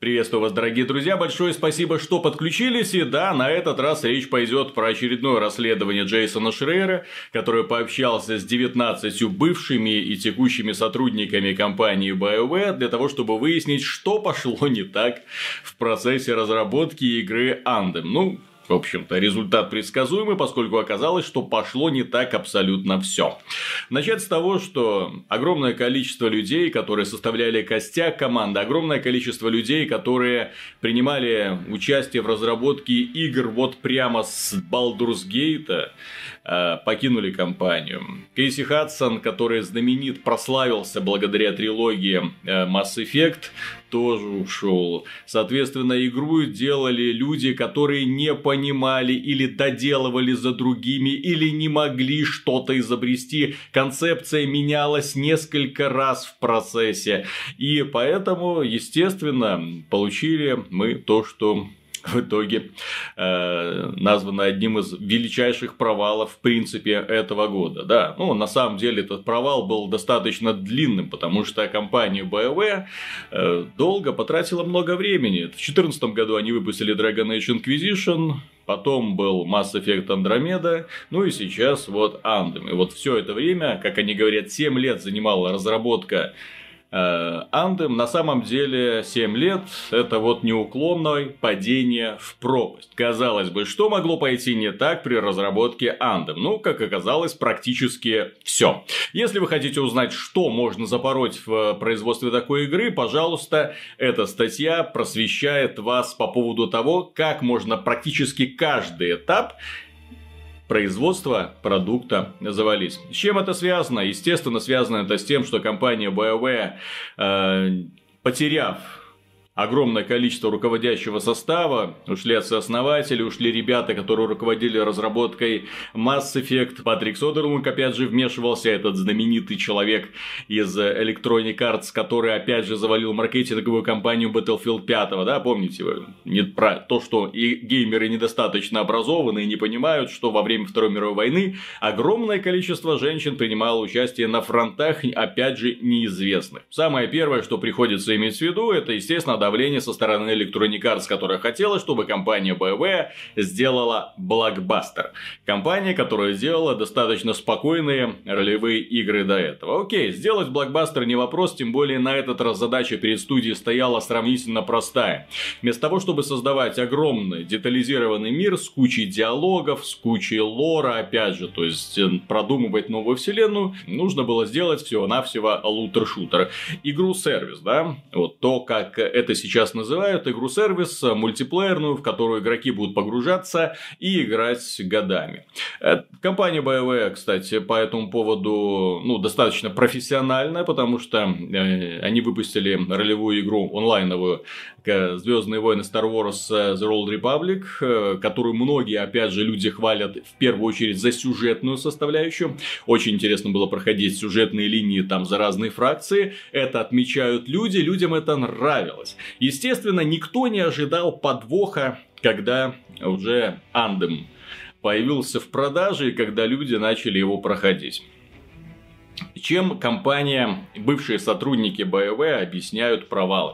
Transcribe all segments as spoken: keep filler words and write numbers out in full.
Приветствую вас, дорогие друзья, большое спасибо, что подключились, и да, на этот раз речь пойдет про очередное расследование Джейсона Шрейера, который пообщался с девятнадцатью бывшими и текущими сотрудниками компании BioWare для того, чтобы выяснить, что пошло не так в процессе разработки игры Anthem. Ну, в общем-то, результат предсказуемый, поскольку оказалось, что пошло не так абсолютно все. Начать с того, что огромное количество людей, которые составляли костяк команды, огромное количество людей, которые принимали участие в разработке игр вот прямо с Baldur's Gate, покинули компанию. Кейси Хадсон, который знаменит, прославился благодаря трилогии Mass Effect, тоже ушел. Соответственно, игру делали люди, которые не понимали или доделывали за другими, или не могли что-то изобрести. Концепция менялась несколько раз в процессе. И поэтому, естественно, получили мы то, что в итоге э, названо одним из величайших провалов, в принципе, этого года. Да, ну, на самом деле, этот провал был достаточно длинным, потому что компания BioWare э, долго потратила много времени. В две тысячи четырнадцатом году они выпустили Dragon Age Inquisition, потом был Mass Effect Andromeda, ну и сейчас вот Anthem. И вот все это время, как они говорят, семь лет занимала разработка Anthem. На самом деле семь лет это вот неуклонное падение в пропасть. Казалось бы, что могло пойти не так при разработке Anthem? Ну, как оказалось, практически все. Если вы хотите узнать, что можно запороть в производстве такой игры, пожалуйста, эта статья просвещает вас по поводу того, как можно практически каждый этап производства продукта завались. С чем это связано? Естественно, связано это с тем, что компания BioWare, э, потеряв огромное количество руководящего состава, ушли отцы-основатели, ушли ребята, которые руководили разработкой Mass Effect. Патрик Содерлунг опять же вмешивался, этот знаменитый человек из Electronic Arts, который опять же завалил маркетинговую компанию Battlefield пять, да, помните вы? Не про то, что и геймеры недостаточно образованы и не понимают, что во время Второй мировой войны огромное количество женщин принимало участие на фронтах, опять же, неизвестных. Самое первое, что приходится иметь в виду, это, естественно, давление со стороны Electronic Arts, которая хотела, чтобы компания BioWare сделала блокбастер. Компания, которая сделала достаточно спокойные ролевые игры до этого. Окей, сделать блокбастер не вопрос, тем более на этот раз задача перед студией стояла сравнительно простая. Вместо того, чтобы создавать огромный детализированный мир с кучей диалогов, с кучей лора, опять же, то есть продумывать новую вселенную, нужно было сделать всего-навсего лутер-шутер. Игру-сервис, да, вот то, как это сейчас называют, игру-сервис мультиплеерную, в которую игроки будут погружаться и играть годами. Компания BioWare, кстати, по этому поводу, ну, достаточно профессиональная, потому что они выпустили ролевую игру онлайновую «Звездные войны Star Wars The Old Republic», которую многие, опять же, люди хвалят в первую очередь за сюжетную составляющую. Очень интересно было проходить сюжетные линии там за разные фракции. Это отмечают люди, людям это нравилось. Естественно, никто не ожидал подвоха, когда уже Anthem появился в продаже и когда люди начали его проходить. Чем компания, бывшие сотрудники BioWare объясняют провалы?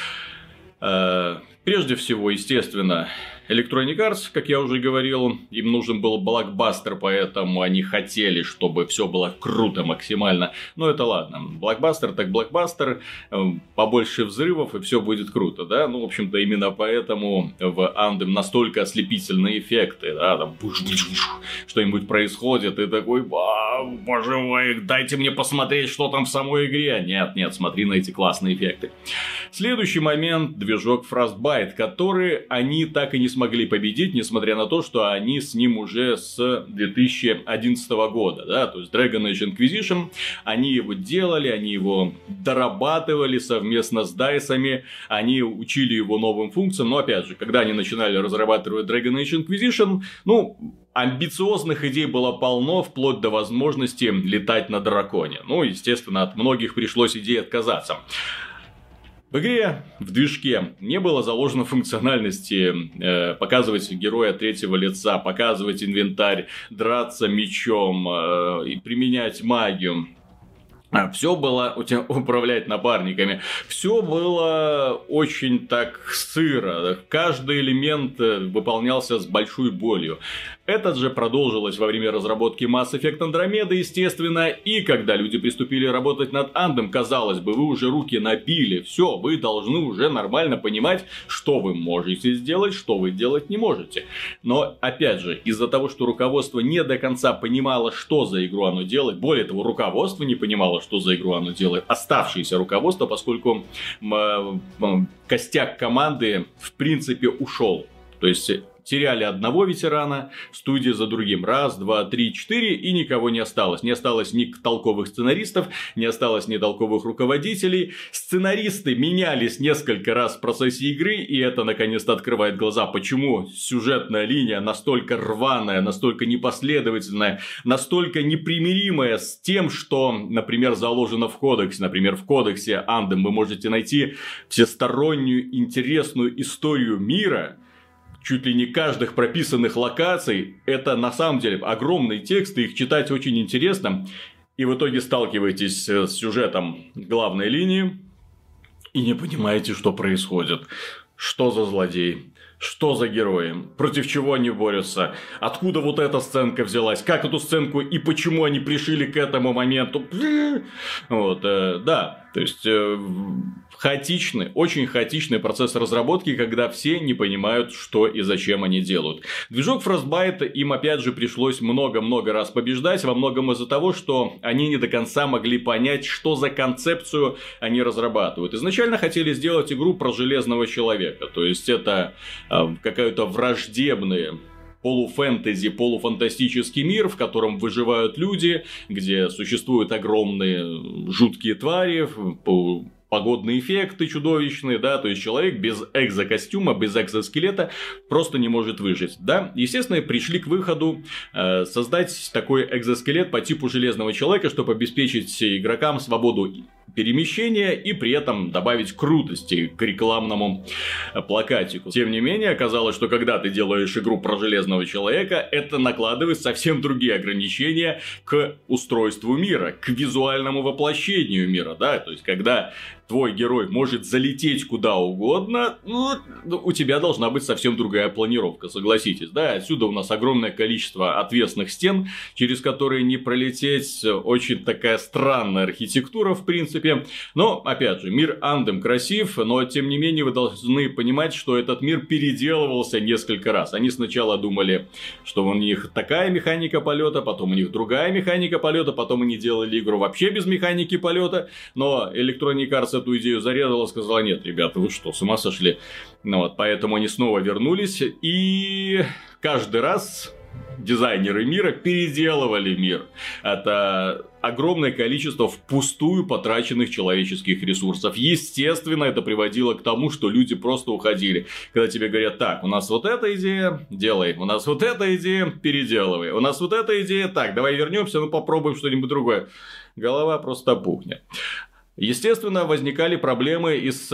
Прежде всего, естественно, Electronic Arts, как я уже говорил, им нужен был блокбастер, поэтому они хотели, чтобы все было круто максимально. Но это ладно. Блокбастер так блокбастер, побольше взрывов и все будет круто, да? Ну, в общем-то, именно поэтому в Anthem настолько ослепительные эффекты, да, там что-нибудь происходит, и такой, боже мой, дайте мне посмотреть, что там в самой игре. Нет, нет, смотри на эти классные эффекты. Следующий момент — движок Frostbite, который они так и не смогли победить, несмотря на то, что они с ним уже с две тысячи одиннадцатого года, да, то есть Dragon Age Inquisition, они его делали, они его дорабатывали совместно с дайсами, они учили его новым функциям, но опять же, когда они начинали разрабатывать Dragon Age Inquisition, ну, амбициозных идей было полно, вплоть до возможности летать на драконе. Ну, естественно, от многих пришлось идей отказаться. В игре, в движке, не было заложено функциональности э, показывать героя третьего лица, показывать инвентарь, драться мечом, э, и применять магию. Все было у тебя управлять напарниками. Все было очень так сыро. Каждый элемент выполнялся с большой болью. Это же продолжилось во время разработки Mass Effect Andromeda, естественно. И когда люди приступили работать над Андом, казалось бы, вы уже руки набили. Все, вы должны уже нормально понимать, что вы можете сделать, что вы делать не можете. Но, опять же, из-за того, что руководство не до конца понимало, что за игру оно делает, более того, руководство не понимало, что за игру оно делает, оставшееся руководство, поскольку м- м- костяк команды в принципе ушел. То есть теряли одного ветерана, студия за другим. Раз, два, три, четыре, и никого не осталось. Не осталось ни толковых сценаристов, не осталось ни толковых руководителей. Сценаристы менялись несколько раз в процессе игры, и это наконец-то открывает глаза, почему сюжетная линия настолько рваная, настолько непоследовательная, настолько непримиримая с тем, что, например, заложено в кодексе. Например, в кодексе Anthem вы можете найти всестороннюю интересную историю мира, чуть ли не каждых прописанных локаций. Это на самом деле огромные тексты, их читать очень интересно. И в итоге сталкиваетесь с сюжетом главной линии и не понимаете, что происходит. Что за злодей? Что за герои? Против чего они борются? Откуда вот эта сценка взялась? Как эту сценку и почему они пришили к этому моменту? Вот, э, да, то есть э, хаотичный, очень хаотичный процесс разработки, когда все не понимают, что и зачем они делают. Движок Frostbite им опять же пришлось много-много раз побеждать, во многом из-за того, что они не до конца могли понять, что за концепцию они разрабатывают. Изначально хотели сделать игру про Железного Человека, то есть это э, какая-то враждебная полуфэнтези, полуфантастический мир, в котором выживают люди, где существуют огромные жуткие твари, погодные эффекты чудовищные, да, то есть человек без экзокостюма, без экзоскелета просто не может выжить, да. Естественно, пришли к выходу э, создать такой экзоскелет по типу Железного Человека, чтобы обеспечить игрокам свободу перемещения и при этом добавить крутости к рекламному плакатику. Тем не менее, оказалось, что когда ты делаешь игру про Железного Человека, это накладывает совсем другие ограничения к устройству мира, к визуальному воплощению мира, да, то есть когда твой герой может залететь куда угодно, ну, у тебя должна быть совсем другая планировка, согласитесь, да, отсюда у нас огромное количество отвесных стен, через которые не пролететь, очень такая странная архитектура, в принципе, но, опять же, мир Anthem красив, но, тем не менее, вы должны понимать, что этот мир переделывался несколько раз, они сначала думали, что у них такая механика полета, потом у них другая механика полета, потом они делали игру вообще без механики полета, но Electronic Arts эту идею зарезала, сказала: нет, ребята, вы что, с ума сошли? Ну вот, поэтому они снова вернулись, и каждый раз дизайнеры мира переделывали мир. Это огромное количество впустую потраченных человеческих ресурсов. Естественно, это приводило к тому, что люди просто уходили. Когда тебе говорят: так, у нас вот эта идея, делай. У нас вот эта идея, переделывай. У нас вот эта идея, так, давай вернемся, ну попробуем что-нибудь другое. Голова просто пухнет. Естественно, возникали проблемы и с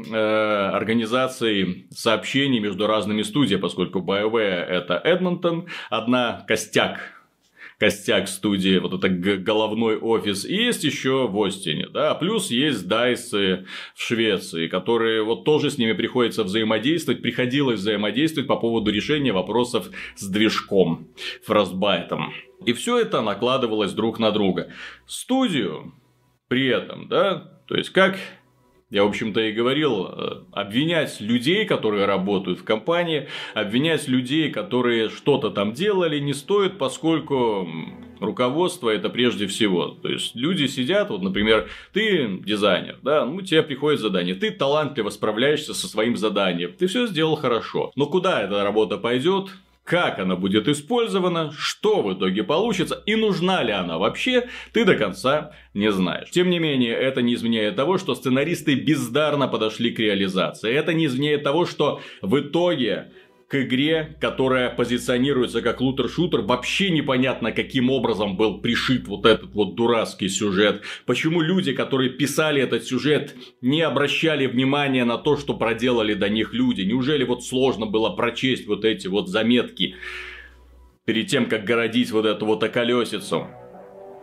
э, организацией сообщений между разными студиями, поскольку BioWare это Эдмонтон, одна костяк, костяк студии, вот это головной офис, и есть еще в Остине, да, плюс есть DICE в Швеции, которые вот тоже с ними приходится взаимодействовать, приходилось взаимодействовать по поводу решения вопросов с движком, Frostbite. И все это накладывалось друг на друга. Студию при этом, да, то есть, как я, в общем-то, и говорил, обвинять людей, которые работают в компании, обвинять людей, которые что-то там делали, не стоит, поскольку руководство это прежде всего. То есть, люди сидят, вот, например, ты дизайнер, да, ну, тебе приходит задание, ты талантливо справляешься со своим заданием, ты все сделал хорошо, но куда эта работа пойдет? Как она будет использована, что в итоге получится и нужна ли она вообще, ты до конца не знаешь. Тем не менее, это не изменяет того, что сценаристы бездарно подошли к реализации. Это не изменяет того, что в итоге к игре, которая позиционируется как лутер-шутер, вообще непонятно, каким образом был пришит вот этот вот дурацкий сюжет. Почему люди, которые писали этот сюжет, не обращали внимания на то, что проделали до них люди? Неужели вот сложно было прочесть вот эти вот заметки перед тем, как городить вот эту вот околесицу?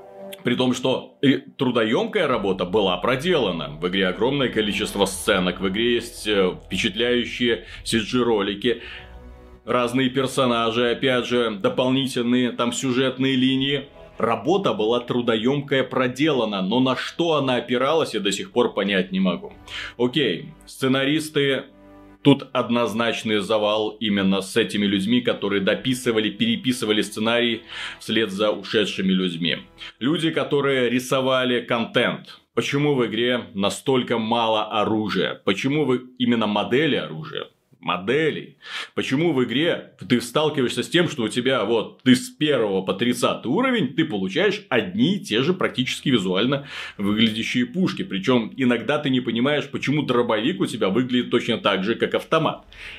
При том, что трудоемкая работа была проделана. В игре огромное количество сценок, в игре есть впечатляющие си джи-ролики, разные персонажи, опять же, дополнительные там сюжетные линии. Работа была трудоемкая, проделана, но на что она опиралась, я до сих пор понять не могу. Окей, сценаристы... Тут однозначный завал именно с этими людьми, которые дописывали, переписывали сценарий вслед за ушедшими людьми. Люди, которые рисовали контент. Почему в игре настолько мало оружия? Почему вы именно модели оружия? Моделей. Почему в игре ты сталкиваешься с тем, что у тебя вот ты с первого по тридцатый уровень, ты получаешь одни и те же практически визуально выглядящие пушки. Причем иногда ты не понимаешь, почему дробовик у тебя выглядит точно так же, как автомат.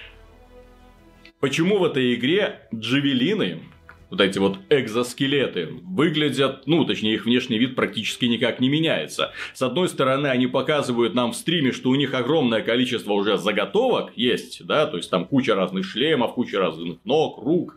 Почему в этой игре джавелины, вот эти вот экзоскелеты, выглядят, ну, точнее, их внешний вид практически никак не меняется. С одной стороны, они показывают нам в стриме, что у них огромное количество уже заготовок есть, да, то есть там куча разных шлемов, куча разных ног, рук.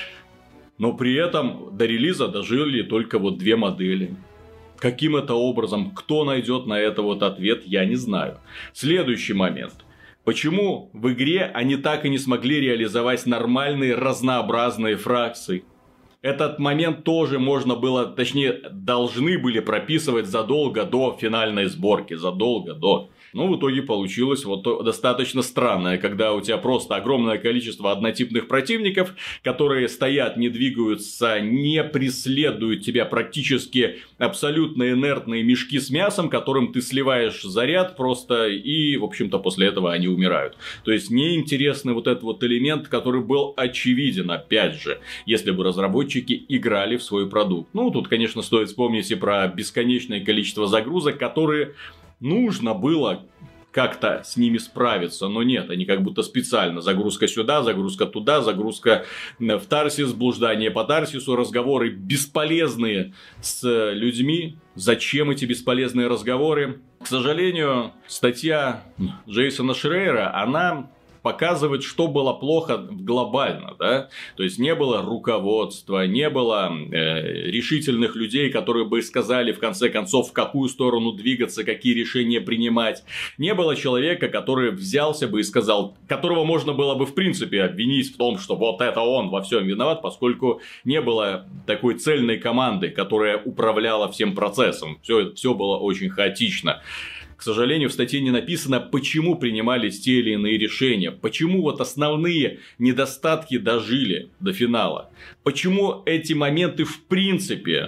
Но при этом до релиза дожили только вот две модели. Каким это образом, кто найдет на это вот ответ, я не знаю. Следующий момент. Почему в игре они так и не смогли реализовать нормальные разнообразные фракции? Этот момент тоже можно было, точнее, должны были прописывать задолго до финальной сборки, задолго до. Но в итоге получилось вот достаточно странное, когда у тебя просто огромное количество однотипных противников, которые стоят, не двигаются, не преследуют тебя, практически абсолютно инертные мешки с мясом, которым ты сливаешь заряд просто, и, в общем-то, после этого они умирают. То есть, неинтересный вот этот вот элемент, который был очевиден, опять же, если бы разработчики играли в свой продукт. Ну, тут, конечно, стоит вспомнить и про бесконечное количество загрузок, которые... Нужно было как-то с ними справиться, но нет, они как будто специально. Загрузка сюда, загрузка туда, загрузка в Тарсис, блуждание по Тарсису, разговоры бесполезные с людьми. Зачем эти бесполезные разговоры? К сожалению, статья Джейсона Шрейера, она... показывает, что было плохо глобально, да, то есть не было руководства, не было э, решительных людей, которые бы сказали в конце концов, в какую сторону двигаться, какие решения принимать, не было человека, который взялся бы и сказал, которого можно было бы в принципе обвинить в том, что вот это он во всем виноват, поскольку не было такой цельной команды, которая управляла всем процессом, все, все было очень хаотично. К сожалению, в статье не написано, почему принимались те или иные решения, почему вот основные недостатки дожили до финала, почему эти моменты в принципе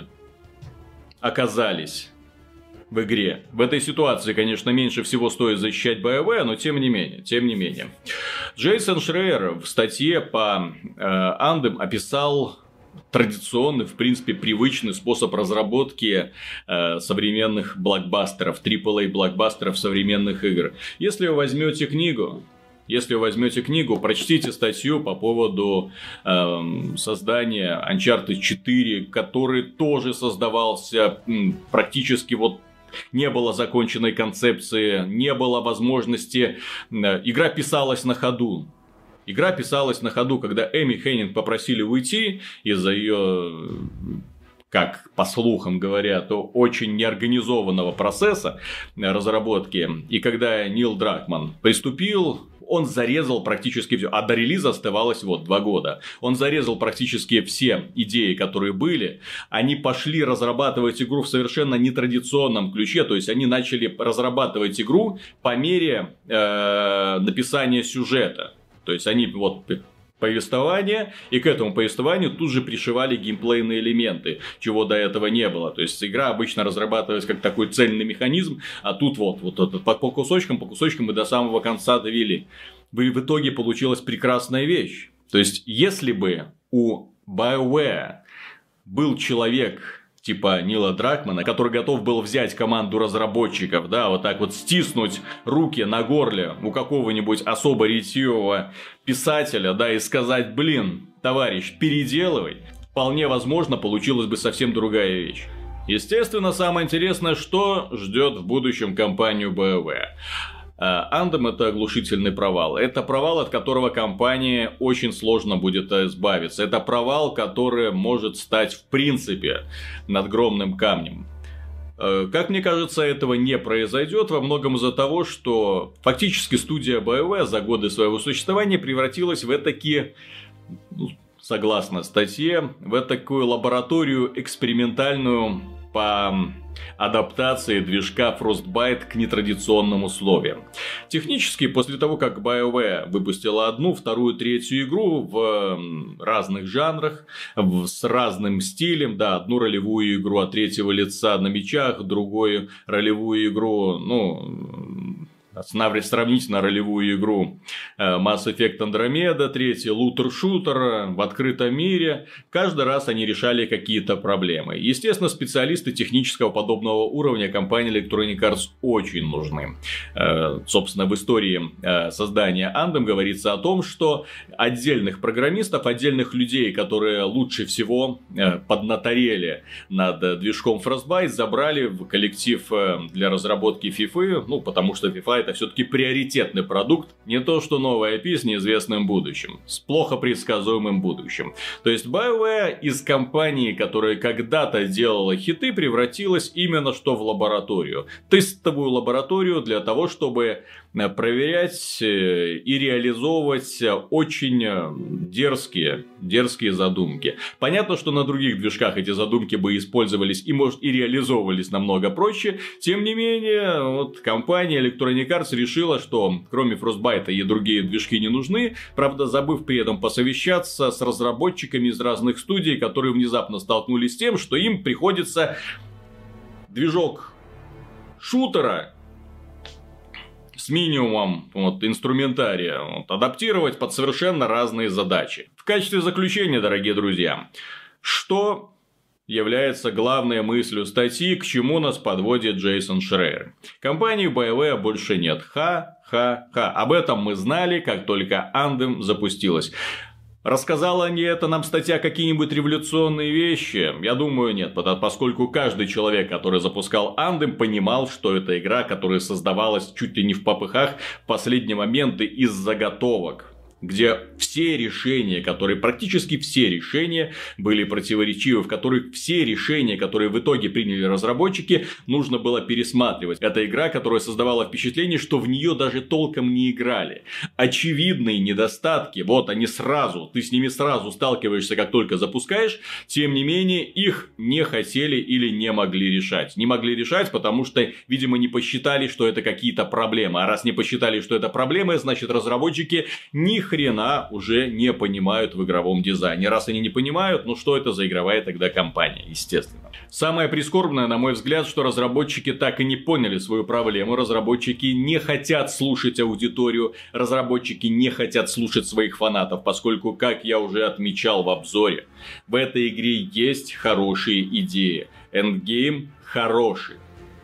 оказались в игре. В этой ситуации, конечно, меньше всего стоит защищать BioWare, но тем не менее, тем не менее. Джейсон Шрейер в статье по э, Anthem описал традиционный, в принципе, привычный способ разработки э, современных блокбастеров, трипл эй блокбастеров современных игр. Если вы возьмете книгу, если вы возьмете книгу, прочтите статью по поводу э, создания Uncharted четыре, который тоже создавался м, практически вот. Не было законченной концепции, не было возможности. Э, игра писалась на ходу. Игра писалась на ходу, когда Эми Хеннинг попросили уйти из-за ее, как по слухам говорят, очень неорганизованного процесса разработки. И когда Нил Дракман приступил, он зарезал практически все. А до релиза оставалось вот два года. Он зарезал практически все идеи, которые были. Они пошли разрабатывать игру в совершенно нетрадиционном ключе. То есть, они начали разрабатывать игру по мере э, написания сюжета. То есть, они вот повествование, и к этому повествованию тут же пришивали геймплейные элементы, чего до этого не было. То есть, игра обычно разрабатывалась как такой цельный механизм, а тут вот, вот, вот по, по кусочкам, по кусочкам и до самого конца довели. И в итоге получилась прекрасная вещь. То есть, если бы у BioWare был человек... типа Нила Дракмана, который готов был взять команду разработчиков, да, вот так вот стиснуть руки на горле у какого-нибудь особо ретивого писателя, да, и сказать, блин, товарищ, переделывай, вполне возможно, получилась бы совсем другая вещь. Естественно, самое интересное, что ждет в будущем компанию BioWare. Anthem — это оглушительный провал. Это провал, от которого компании очень сложно будет избавиться. Это провал, который может стать в принципе надгромным камнем. Как мне кажется, этого не произойдет во многом из-за того, что фактически студия BioWare за годы своего существования превратилась в этакие, согласно статье, в такую лабораторию экспериментальную по адаптации движка Frostbite к нетрадиционным условиям. Технически, после того, как BioWare выпустила одну, вторую, третью игру в разных жанрах, с разным стилем, да, одну ролевую игру от третьего лица на мечах, другую ролевую игру, ну... сравнительно ролевую игру Mass Effect Andromeda, третий лутер-шутер в открытом мире. Каждый раз они решали какие-то проблемы. Естественно, специалисты технического подобного уровня компании Electronic Arts очень нужны. Собственно, в истории создания Anthem говорится о том, что отдельных программистов, отдельных людей, которые лучше всего поднаторели над движком Frostbite, забрали в коллектив для разработки FIFA, ну, потому что FIFA это все-таки приоритетный продукт, не то что новая ай пи с неизвестным будущим, с плохо предсказуемым будущим. То есть BioWare из компании, которая когда-то делала хиты, превратилась именно что в лабораторию. Тестовую лабораторию для того, чтобы проверять и реализовывать очень дерзкие, дерзкие задумки. Понятно, что на других движках эти задумки бы использовались и, может, и реализовывались намного проще. Тем не менее, вот компания Electronic Arts решила, что кроме Frostbite и другие движки не нужны, правда, забыв при этом посовещаться с разработчиками из разных студий, которые внезапно столкнулись с тем, что им приходится движок шутера с минимумом вот, инструментария вот, адаптировать под совершенно разные задачи. В качестве заключения, дорогие друзья, что является главной мыслью статьи, к чему нас подводит Джейсон Шрейер? Компании BioWare больше нет. Ха-ха-ха. Об этом мы знали, как только Anthem запустилась. Рассказала ли это нам статья какие-нибудь революционные вещи? Я думаю, нет, поскольку каждый человек, который запускал Anthem, понимал, что это игра, которая создавалась чуть ли не в попыхах в последние моменты из заготовок, где все решения, которые, практически все решения были противоречивы, в которых все решения, которые в итоге приняли разработчики, нужно было пересматривать. Это игра, которая создавала впечатление, что в нее даже толком не играли. Очевидные недостатки, вот они сразу, ты с ними сразу сталкиваешься, как только запускаешь, тем не менее, их не хотели или не могли решать. Не могли решать, потому что, видимо, не посчитали, что это какие-то проблемы. А раз не посчитали, что это проблемы, значит, разработчики ни хрена уже не понимают в игровом дизайне. Раз они не понимают, ну что это за игровая тогда компания, естественно. Самое прискорбное, на мой взгляд, что разработчики так и не поняли свою проблему. Разработчики не хотят слушать аудиторию, разработчики не хотят слушать своих фанатов, поскольку, как я уже отмечал в обзоре, в этой игре есть хорошие идеи. Эндгейм хороший.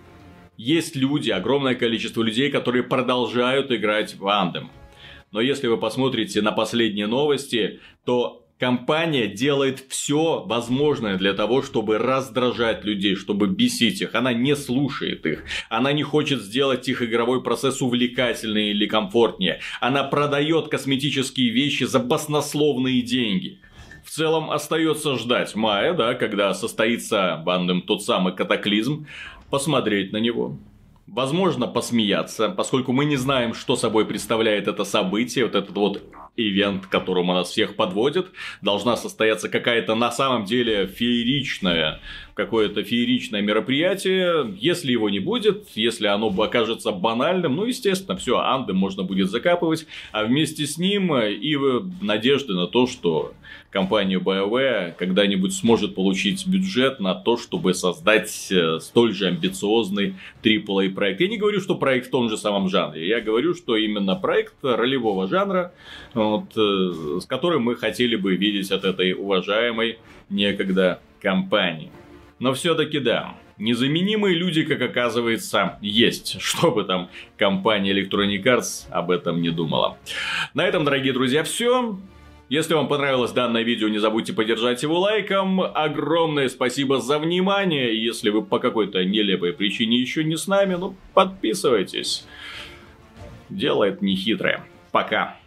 Есть люди, огромное количество людей, которые продолжают играть в Anthem. Но если вы посмотрите на последние новости, то компания делает все возможное для того, чтобы раздражать людей, чтобы бесить их. Она не слушает их. Она не хочет сделать их игровой процесс увлекательнее или комфортнее. Она продает косметические вещи за баснословные деньги. В целом остается ждать мая, да, когда состоится Anthem тот самый катаклизм, посмотреть на него. Возможно, посмеяться, поскольку мы не знаем, что собой представляет это событие, вот этот вот ивент, к которому нас всех подводит. Должна состояться какая-то на самом деле фееричная, какое-то фееричное мероприятие. Если его не будет, если оно окажется банальным, ну, естественно, все, Anthem можно будет закапывать, а вместе с ним и надежды на то, что компания BioWare когда-нибудь сможет получить бюджет на то, чтобы создать столь же амбициозный трипл эй проект. Я не говорю, что проект в том же самом жанре. Я говорю, что именно проект ролевого жанра, вот, с которым мы хотели бы видеть от этой уважаемой некогда компании. Но все-таки да, незаменимые люди, как оказывается, есть. Что бы там компания Electronic Arts об этом не думала. На этом, дорогие друзья, все. Если вам понравилось данное видео, не забудьте поддержать его лайком. Огромное спасибо за внимание. Если вы по какой-то нелепой причине еще не с нами, ну подписывайтесь. Дело это нехитрое. Пока.